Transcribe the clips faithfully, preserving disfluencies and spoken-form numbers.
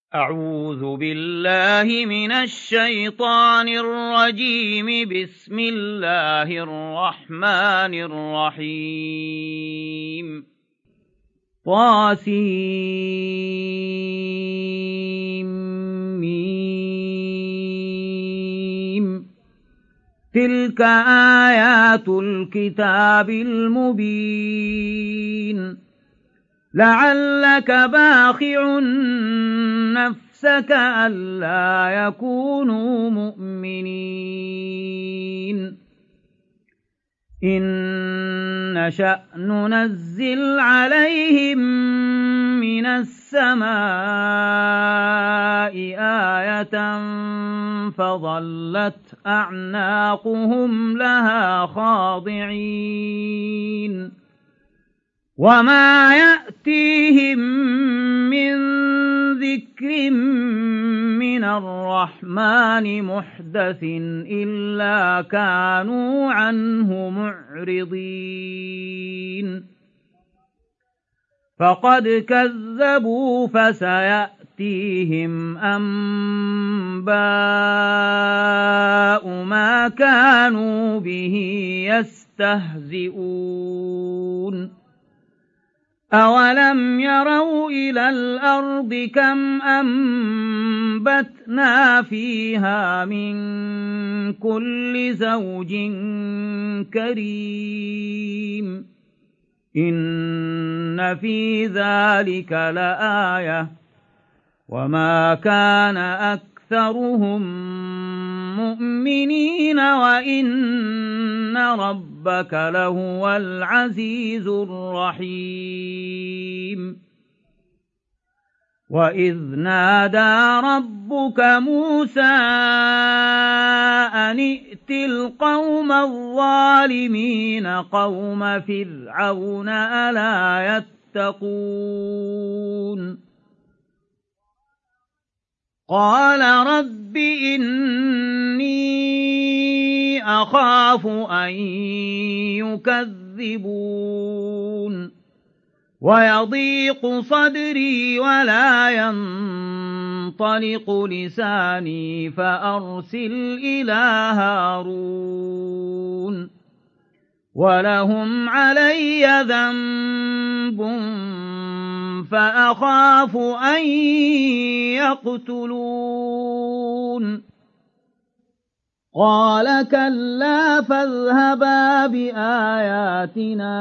أعوذ بالله من الشيطان الرجيم. بسم الله الرحمن الرحيم. طاسيم. تلك آيات الكتاب المبين. لعلك باخع نفسك ألا يكونوا مؤمنين إن نشأ ننزل عليهم من السماء آية فظلت أعناقهم لها خاضعين وما يأتيهم من ذكر من الرحمن محدث إلا كانوا عنه معرضين فقد كذبوا فسيأتيهم أنباء ما كانوا به يستهزئون أولم يروا إلى الأرض كم أنبتنا فيها من كل زوج كريم إن في ذلك لآية وما كان أكثرهم مؤمنين وإن ربك لهو العزيز الرحيم. وإذ نادى ربك موسى أن ائت القوم الظالمين قوم فرعون ألا يتقون قال رب إني أخاف أن يكذبون ويضيق صدري ولا ينطلق لساني فأرسل إلى هارون ولهم علي ذنب فأخاف أن يقتلون قال كلا فاذهبا بآياتنا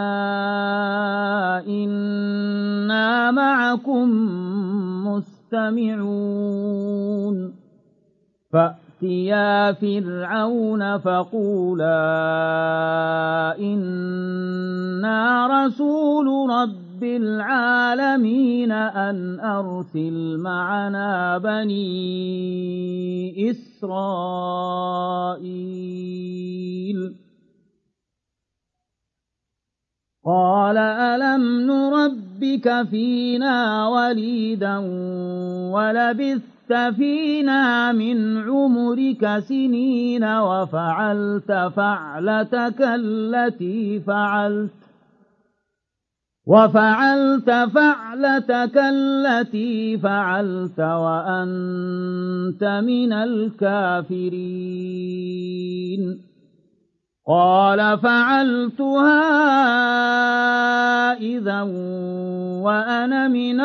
إنا معكم مستمعون فأتيا فرعون فقولا إنا رسول رب العالمين أن أرسل معنا بني إسرائيل قال ألم نربك فينا وليدا ولبثت فينا من عمرك سنين وفعلت فعلتك التي فعلت وفعلت فعلتك التي فعلت وأنت من الكافرين قال فعلتها إذا وأنا من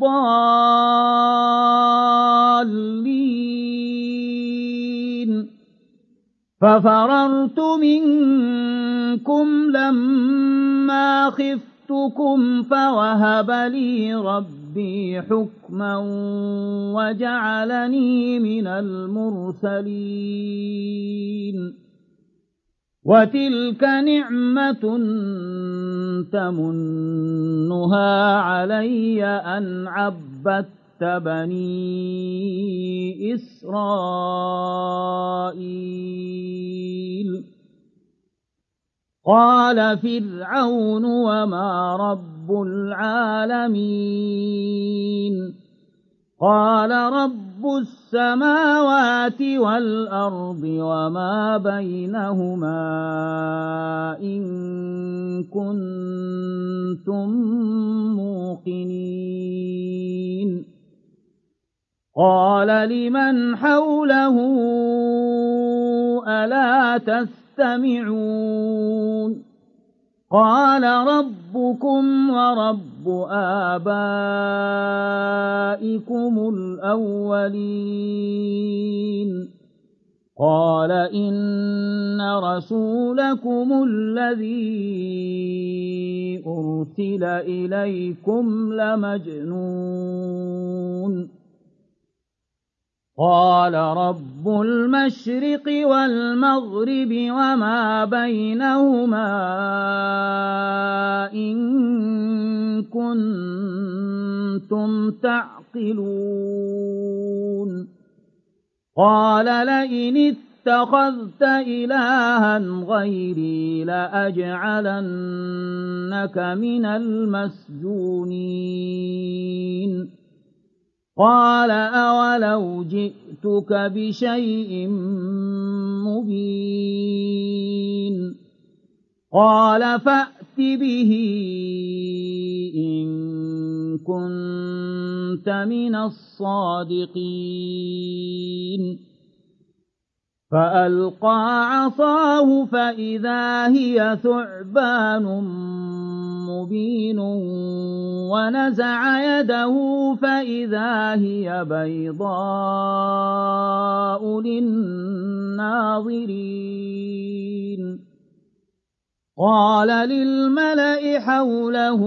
الضالين ففررت منكم لما خفتكم فوهب لي ربي حكما وجعلني من المرسلين وتلك نعمة تمنها علي أن عبدت بني إسرائيل قال فرعون وما رب العالمين قال رب السماوات والأرض وما بينهما إن كنتم موقنين قال لمن حوله ألا تستمعون قال ربكم ورب آبائكم الأولين قال إن رسولكم الذي أرسل إليكم لمجنون قال رب المشرق والمغرب وما بينهما إن كنتم تعقلون قال لئن اتخذت إلها غيري لأجعلنك من المسجونين قال أولو جئتك بشيء مبين قال فأت به إن كنت من الصادقين فألقى عصاه فإذا هي ثعبان مبين ونزع يده فإذا هي بيضاء للناظرين قال للملأ حوله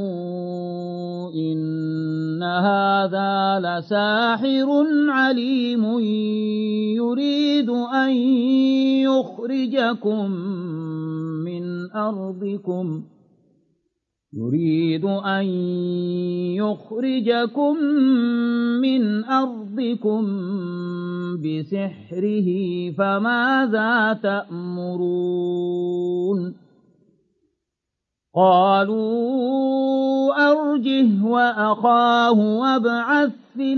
إن هذا لساحر عليم يريد أن يخرجكم من أرضكم يريد أن يخرجكم من أرضكم بسحره فماذا تأمرون قالوا أرجه وأخاه وابعث في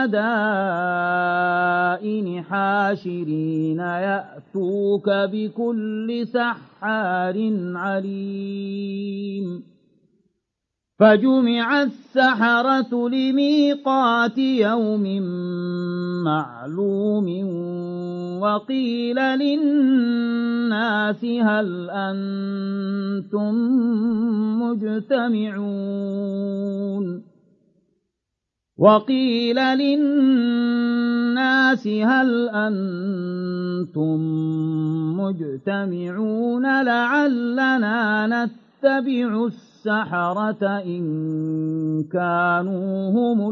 المدائن حاشرين يأتوك بكل سحار عليم فجمع السحرة لميقات يوم معلوم وقيل للناس هل أنتم مجتمعون وقيل للناس هل أنتم مجتمعون لعلنا نتبع السحرة إن كانوا هم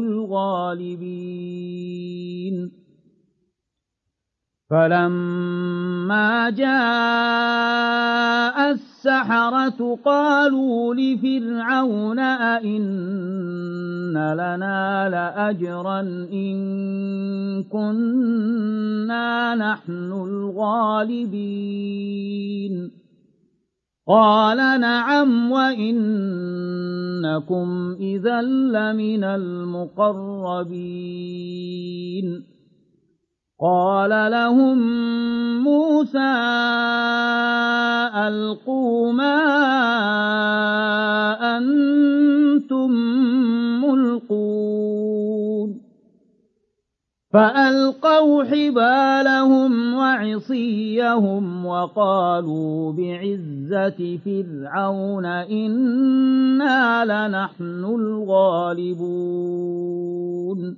الغالبين فلما جاء السحرة قالوا لفرعون أئن لنا لأجرا إن كنا نحن الغالبين قال نعم وإنكم إذا لمن المقربين قال لهم موسى ألقوا ما أنتم ملقون فألقوا حبالهم وعصيهم وقالوا بعزة فرعون إنا لنحن الغالبون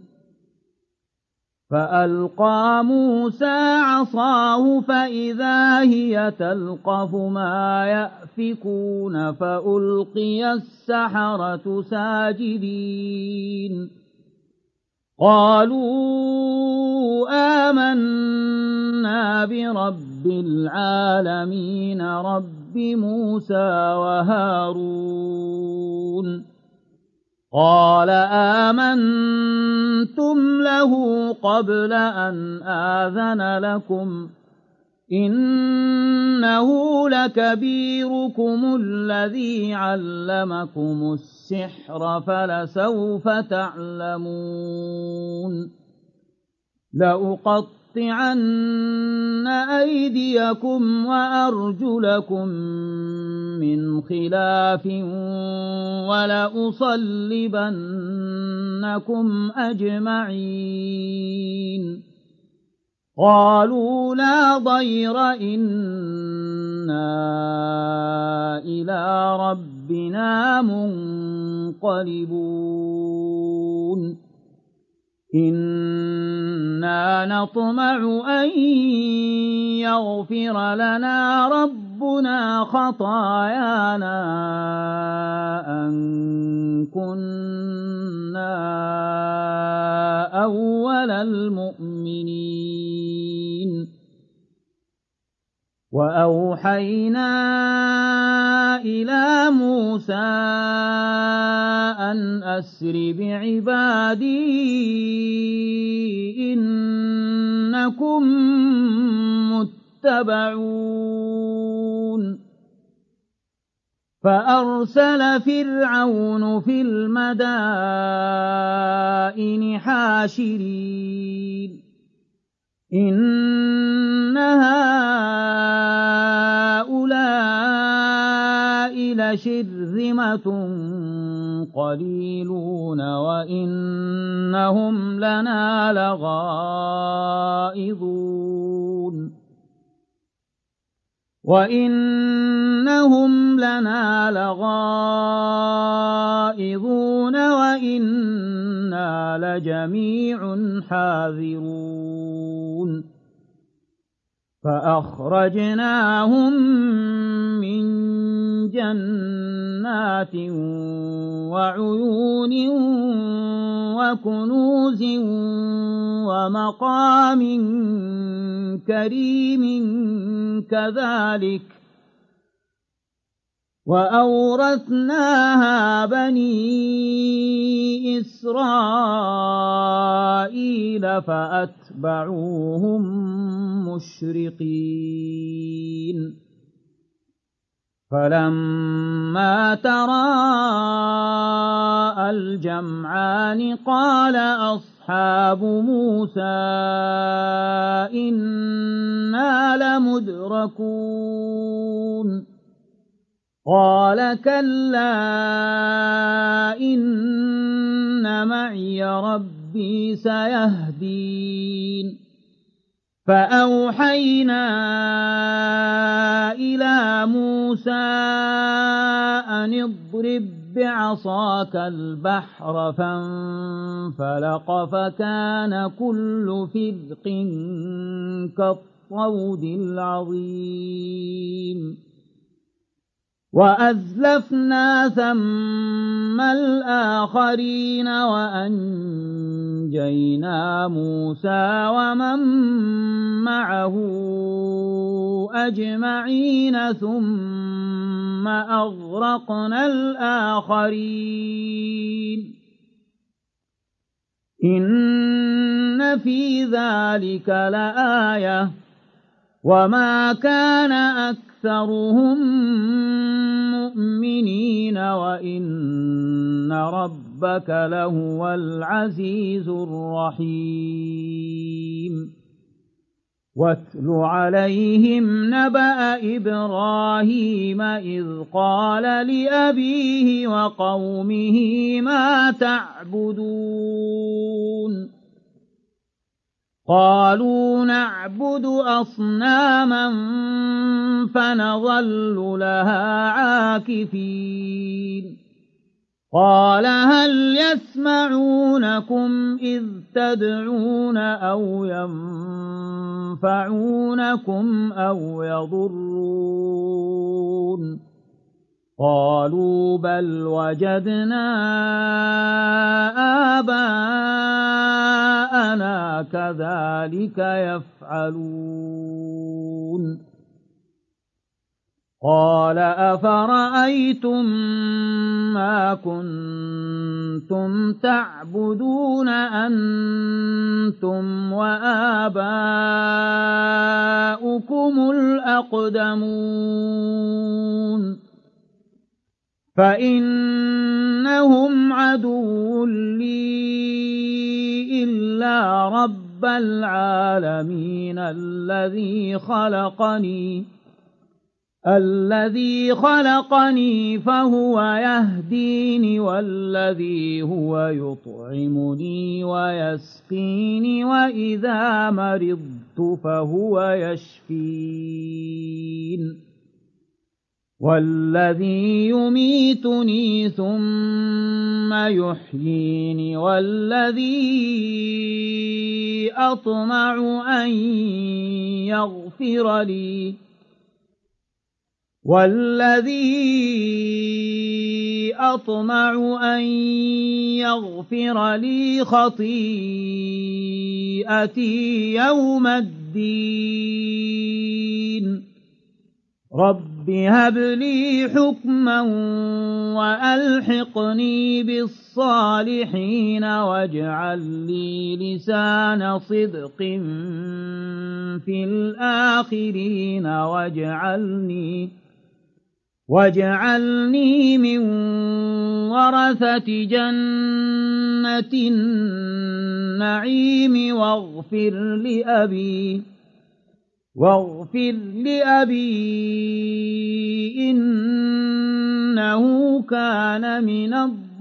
فألقى موسى عصاه فإذا هي تلقف ما يأفكون فألقي السحرة ساجدين قالوا آمنا برب العالمين رب موسى وهارون قال آمنتم له قبل أن آذن لكم إنه لكبيركم الذي علمكم السحر فلسوف تعلمون لأقطعن لأقطعن أيديكم وأرجلكم من خلاف ولأصلبنكم أجمعين قالوا لا ضير إنا إلى ربنا منقلبون إنا نطمع أن يغفر لنا ربنا خطايانا أن كنا أول المؤمنين وأوحينا إلى موسى أن أسر بعبادي إنكم متبعون فأرسل فرعون في المدائن حاشرين إن هؤلاء لشرذمة قليلون وإنهم لنا لغائظون وإنهم لنا لغائظون وإنا لجميع حاذرون فأخرجناهم من جنات وعيون وكنوز ومقام كريم كذلك وأورثناها بني إسرائيل فأتبعوهم مشرقين فلما تراءى الجمعان قال أصحاب موسى إنا لمدركون قال كلا إن معي ربي سيهدين فأوحينا إلى موسى أن اضرب بعصاك البحر فانفلق فكان كل فرق كالطود العظيم وأزلفنا ثم الآخرين وأنجينا موسى ومن معه أجمعين ثم أغرقنا الآخرين إن في ذلك لآية وما كان أكثرهم مؤمنين وإن ربك لهو العزيز الرحيم واتل عليهم نبأ إبراهيم إذ قال لأبيه وقومه ما تعبدون قالوا نعبد أصناما فنظل لها عاكفين قال هل يسمعونكم إذ تدعون أو ينفعونكم أو يضرون قالوا بل وجدنا آباءنا كذلك يفعلون قال أفرأيتم ما كنتم تعبدون أنتم وآباؤكم الأقدمون فإنهم عدو لي إلا رب العالمين الذي خلقني الذي خلقني فهو يهديني والذي هو يطعمني ويسقيني وإذا مرضت فهو يشفين والذي يميتني ثم يحييني والذي أطمع أن يغفر لي والذي أطمع أن يغفر لي خطيئتي يوم الدين رب هب لي حكما وألحقني بالصالحين واجعل لي لسان صدق في الآخرين واجعلني واجعلني من ورثة جنة النعيم واغفر لأبي واغفر لأبي إنه كان من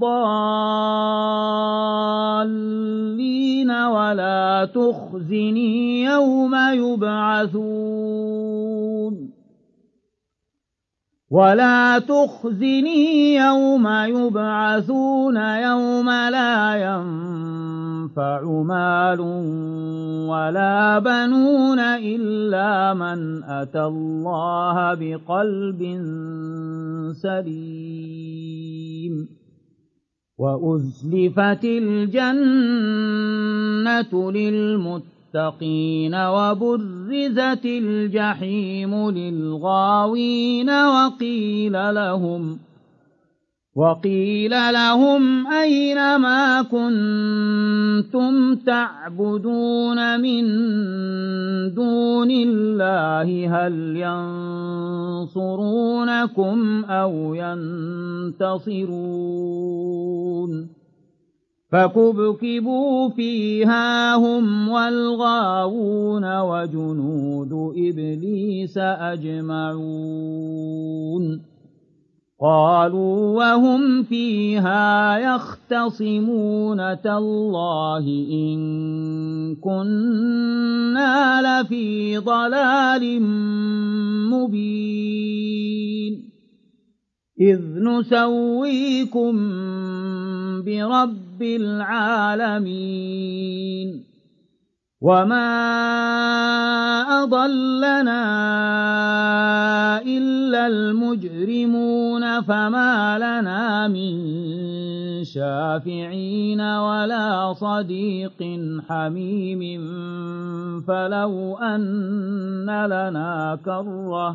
الضالين ولا تخزني يوم يبعثون ولا تخزني يوم يبعثون يوم لا ينفع مال ولا بنون إلا من أتى الله بقلب سليم وأزلفت الجنة للمتقين المتقين وبرزت الجحيم للغاوين وقيل لهم وقيل لهم أين ما كنتم تعبدون من دون الله هل ينصرونكم أو ينتصرون فكبكبوا فيها هم والغاوون وجنود إبليس أجمعون قالوا وهم فيها يختصمون تالله إن كنا لفي ضلال مبين إذ نسويكم برب العالمين وما أضلنا إلا المجرمون فما لنا من شافعين ولا صديق حميم فلو أن لنا كرة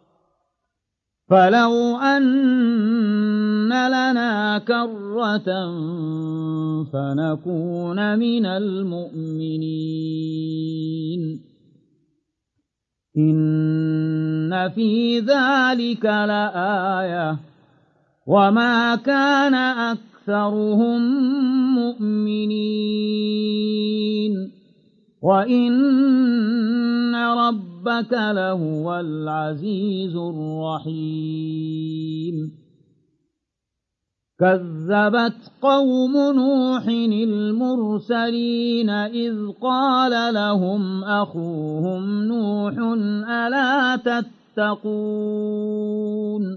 فلو أن لنا كرة فنكون من المؤمنين إن في ذلك لآية وما كان أكثرهم مؤمنين وإن ربك لهو العزيز الرحيم كذبت قوم نوح المرسلين إذ قال لهم أخوهم نوح ألا تتقون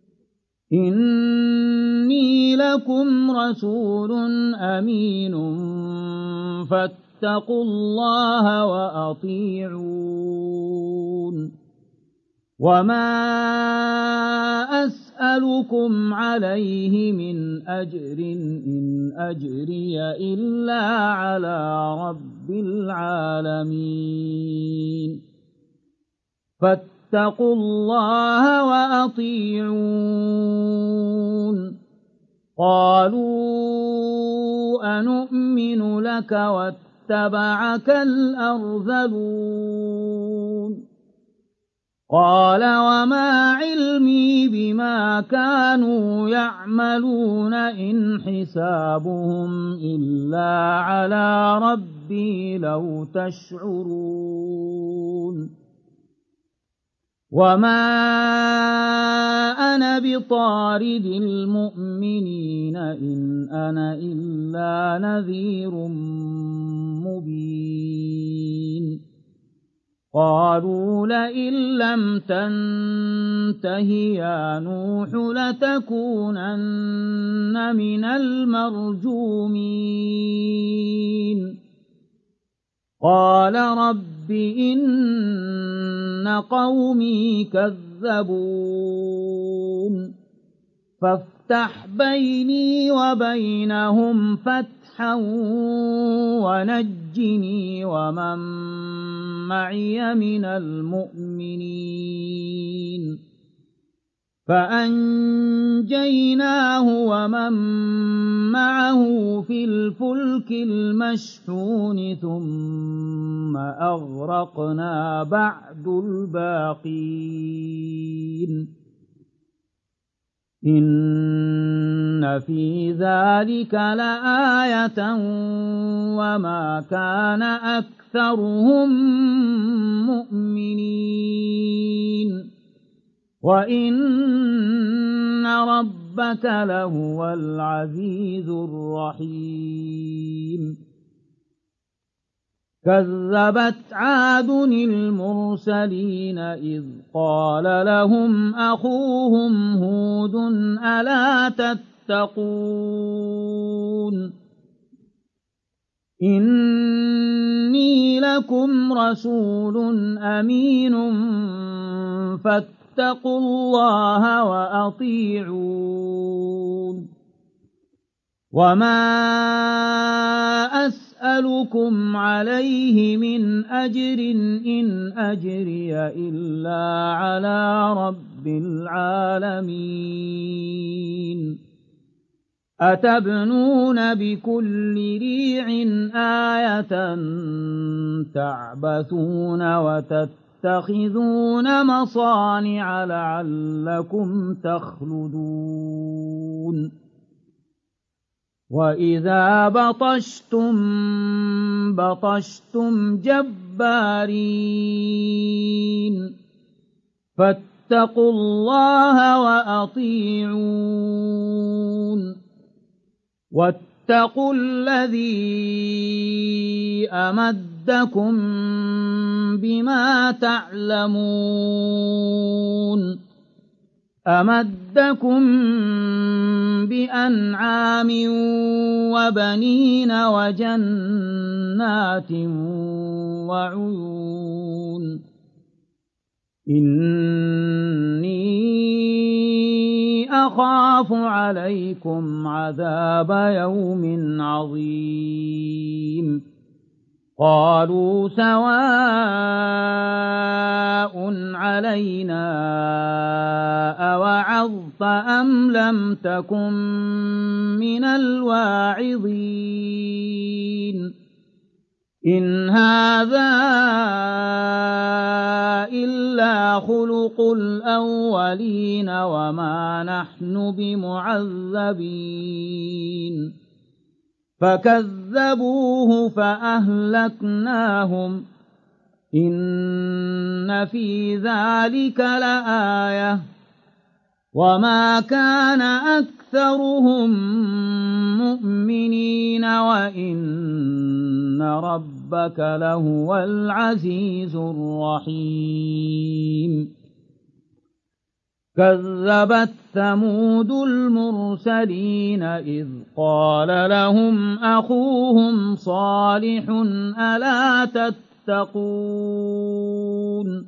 إني لكم رسول أمين فاتقون اتقوا الله وأطيعون وما أسألكم عليه من أجر إن أجري إلا على رب العالمين فاتقوا الله وأطيعون قالوا أنؤمن لك واتقوا اتبعك الأرذلون قال وما علمي بما كانوا يعملون إن حسابهم إلا على ربي لو تشعرون وما أنا بطارد المؤمنين إن أنا إلا نذير مبين قالوا لئن لم تنته يا نوح لتكونن من المرجومين قال رب إن قومي كذبون فافتح بيني وبينهم فتحا ونجني ومن معي من المؤمنين فأنجيناه ومن معه في الفلك المشحون ثم أغرقنا بعد الباقين إن في ذلك لآية وما كان أكثرهم مؤمنين وإن ربك لهو العزيز الرحيم كذبت عاد المرسلين إذ قال لهم أخوهم هود ألا تتقون إني لكم رسول أمين فاتقوا الله وأطيعون وما أسألكم عليه من أجر إن أجري إلا على رب العالمين أتبنون بكل ريع آية تعبثون وتتخذون مصانع لعلكم تخلدون وإذا بطشتم بطشتم جبارين فاتقوا الله وأطيعون واتقوا الذي أمدكم بما تعلمون أمدكم بأنعام وبنين وجنات وعيون إني أخاف عليكم عذاب يوم عظيم قالوا سواء علينا أوعظت أم لم تكن من الواعظين إن هذا إلا خلق الأولين وما نحن بمعذبين فكذبوه فأهلكناهم إن في ذلك لآية وما كان أكثرهم مؤمنين وإن ربك لهو العزيز الرحيم كذبت ثمود المرسلين إذ قال لهم أخوهم صالح ألا تتقون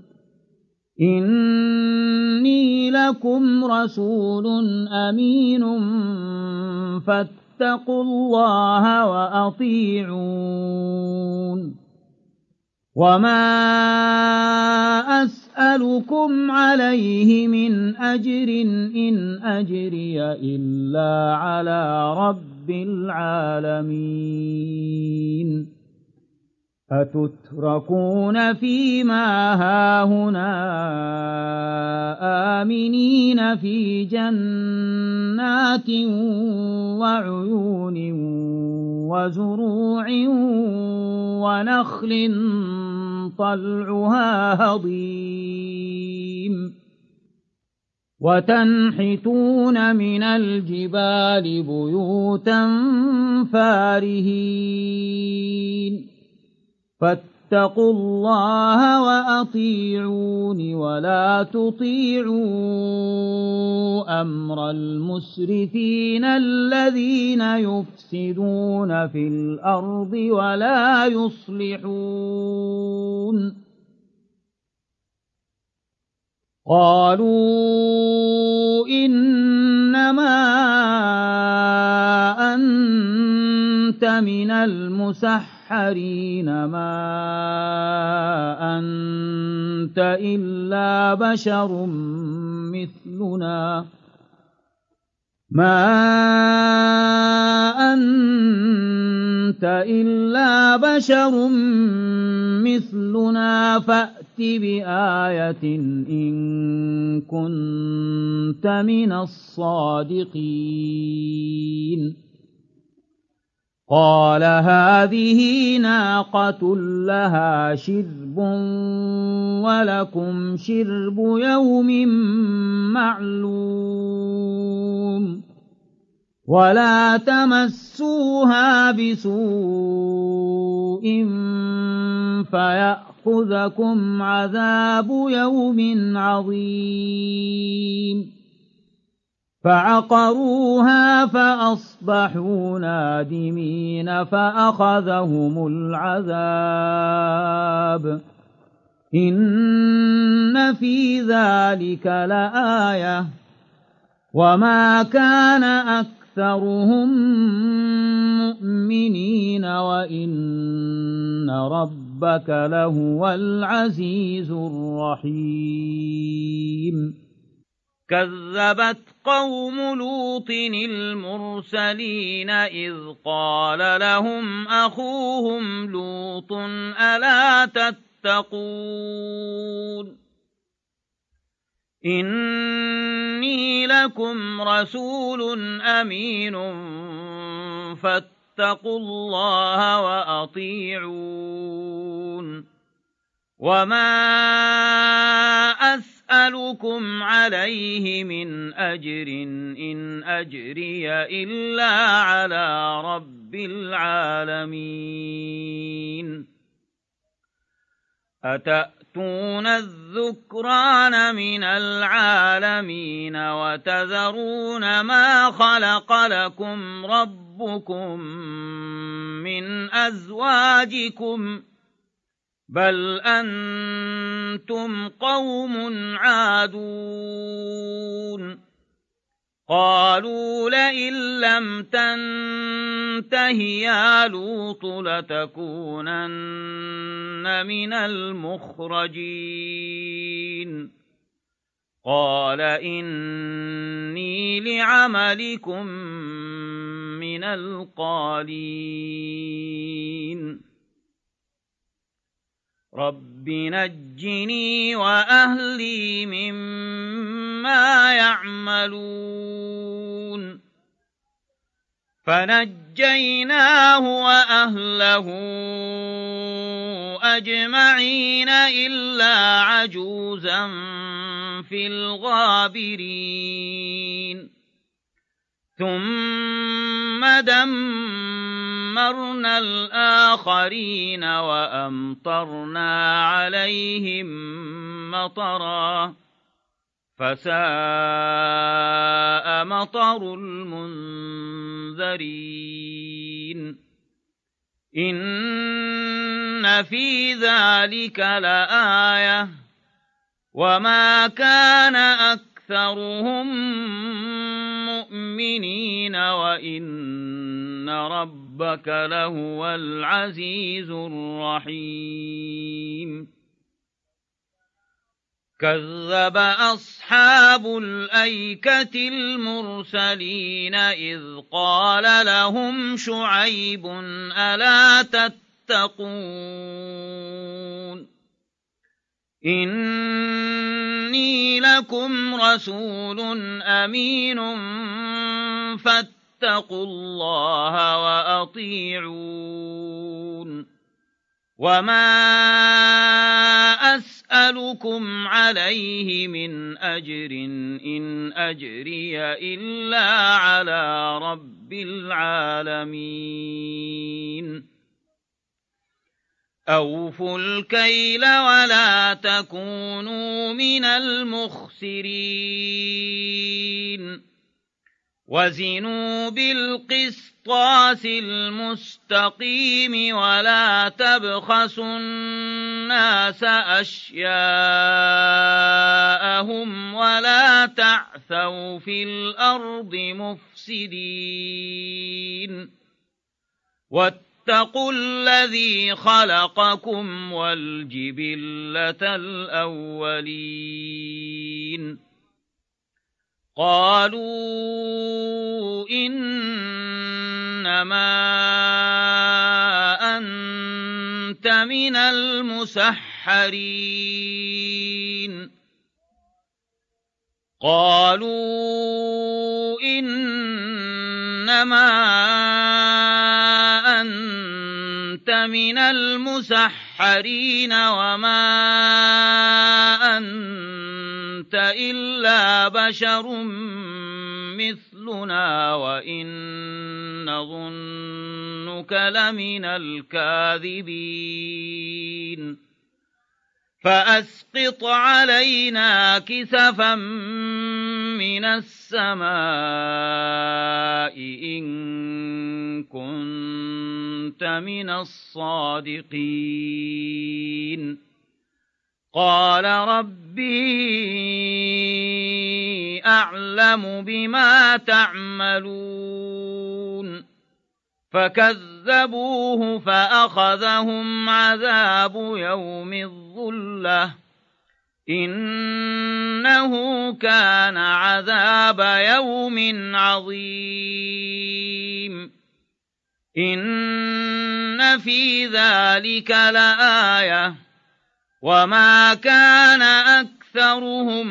إني لكم رسول أمين فاتقوا الله وأطيعون وما أسألكم عليه من أجر إن أجري إلا على رب العالمين أتتركون فيما هاهنا آمنين في جنات وعيون وزروع ونخل طلعها هضيم وتنحتون من الجبال بيوتا فارهين فاتقوا الله وأطيعون ولا تطيعوا أمر المسرفين الذين يفسدون في الأرض ولا يصلحون قالوا إنما أنت من المسحرين ما أنت إلا بشر مثلنا ما أنت إلا بشر مثلنا فأت بآية إن كنت من الصادقين قال هذه ناقة لها شرب ولكم شرب يوم معلوم ولا تمسوها بسوء فيأخذكم عذاب يوم عظيم فعقروها فأصبحوا نادمين فأخذهم العذاب إن في ذلك لآية وما كان أكثرهم مؤمنين وإن ربك لهو العزيز الرحيم كذبت قوم لوط المرسلين إذ قال لهم أخوهم لوط ألا تتقون إني لكم رسول أمين فاتقوا الله وأطيعون وما أسألكم عليه من أجر إن أجري إلا على رب العالمين أتأتون الذكران من العالمين وتذرون ما خلق لكم ربكم من أزواجكم بل أنتم قوم عادون قالوا لئن لم تنته يا لوط لتكونن من المخرجين قال إني لعملكم من القالين رب نجني وأهلي مما يعملون فنجيناه وأهله أجمعين إلا عجوزا في الغابرين ثم دمرنا الآخرين وأمطرنا عليهم مطرا فساء مطر المنذرين إن في ذلك لآية وما كان أكثرهم مؤمنين وإن ربك لهو العزيز الرحيم كذب أصحاب الأيكة المرسلين إذ قال لهم شعيب ألا تتقون إني لكم رسول أمين فاتقوا الله وأطيعون وما أسألكم عليه من أجر إن أجري إلا على رب العالمين أوفوا الكيل ولا تكونوا من المخسرين وزنوا بالقسطاس المستقيم ولا تبخسوا الناس أشياءهم ولا تعثوا في الأرض مفسدين واتقوا الذي خلقكم والجبلة الأولين قالوا إنما أنت من المسحرين قالوا إنما أنت من المسحرين وما أنت إلا بشر مثلنا وإن نظنك لمن الكاذبين فأسقط علينا كسفا من السماء إن كنت من الصادقين قال ربي أعلم بما تعملون فكذبوه فأخذهم عذاب يوم الظلة إنه كان عذاب يوم عظيم إن في ذلك لآية وما كان أكثرهم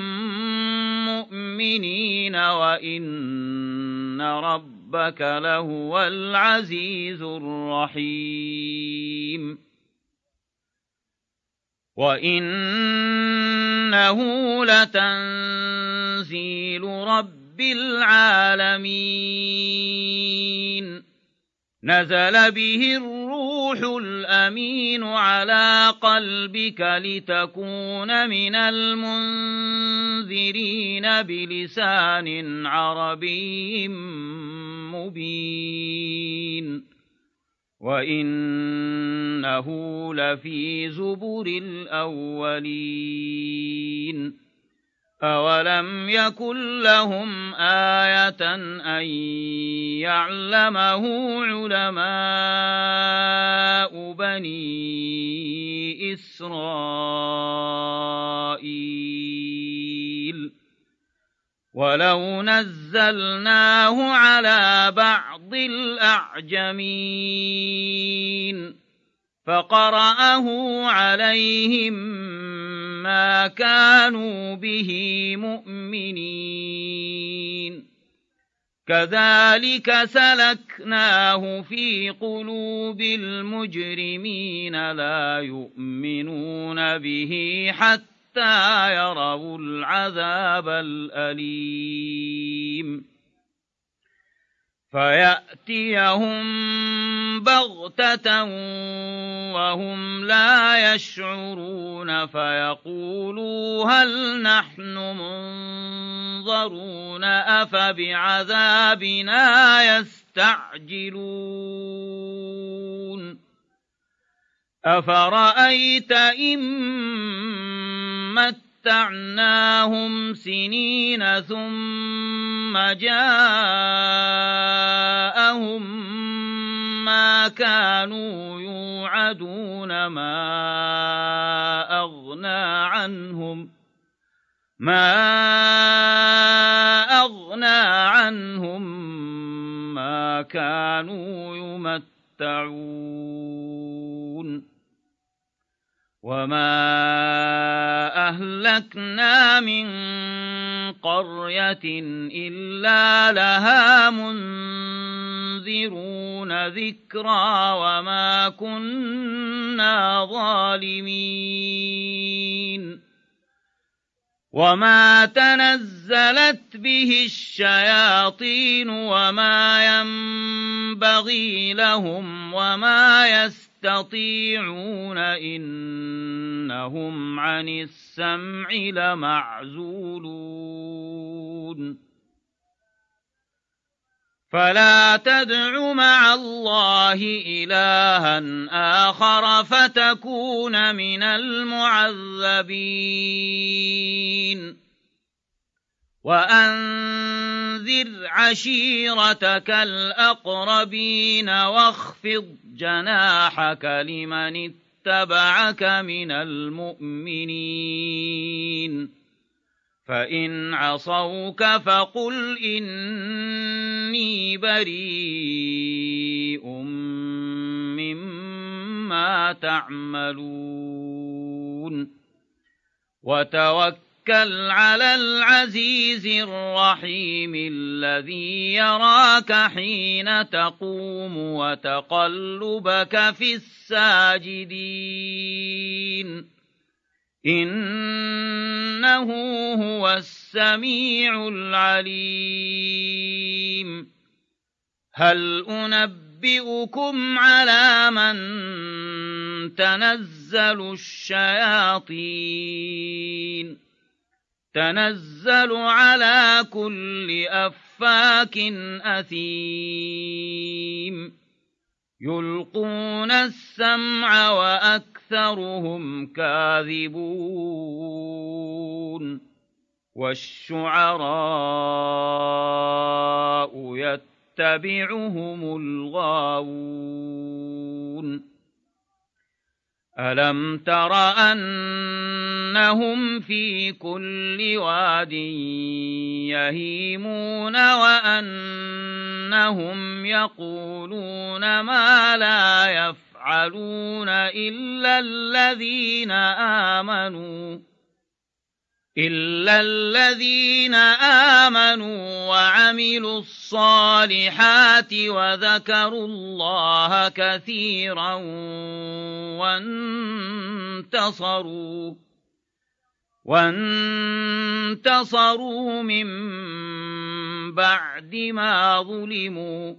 مؤمنين وإن ربك لهو العزيز الرحيم وإنه لتنزيل رب العالمين نزل به الروح الأمين على قلبك لتكون من المنذرين بلسان عربي مبين وإنه لفي زبر الأولين أولم يكن لهم آية أن يعلمه علماء بني إسرائيل ولو نزلناه على بعض الأعجمين فقرأه عليهم ما كانوا به مؤمنين كذلك سلكناه في قلوب المجرمين لا يؤمنون به حتى يروا العذاب الأليم فيأتيهم بغتة وهم لا يشعرون فيقولوا هل نحن منظرون أفبعذابنا يستعجلون أفرأيت إن متعناهم سنين ثم جاءهم ما كانوا يوعدون ما أغنى عنهم ما أغنى عنهم ما كانوا يمتعون وما أهلكنا من قرية إلا لها منذرون ذكرى وما كنا ظالمين وما تنزلت به الشياطين وما ينبغي لهم وما يستطيعون إنهم عن السمع لمعزولون فلا تدع مع الله إلها آخر فتكون من المعذبين وأنذر عشيرتك الأقربين واخفض جناحك لمن اتبعك من المؤمنين فإن عصوك فقل إني بريء مما تعملون وتوكل على العزيز الرحيم الذي يراك حين تقوم وتقلبك في الساجدين إنه هو السميع العليم هل أنبئكم على من تنزل الشياطين تنزل على كل أفاك أثيم يلقون السمع وأكثرهم كاذبون والشعراء يتبعهم الغاوون ألم تر أنهم في كل واد يهيمون وأنهم يقولون ما لا يفعلون إلا الذين آمنوا إلا الذين آمنوا وعملوا الصالحات وذكروا الله كثيرا وانتصروا وانتصروا من بعد ما ظلموا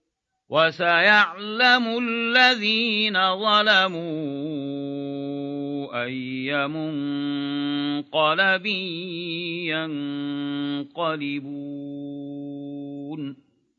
وسيعلم الذين ظلموا أي منقلب ينقلبون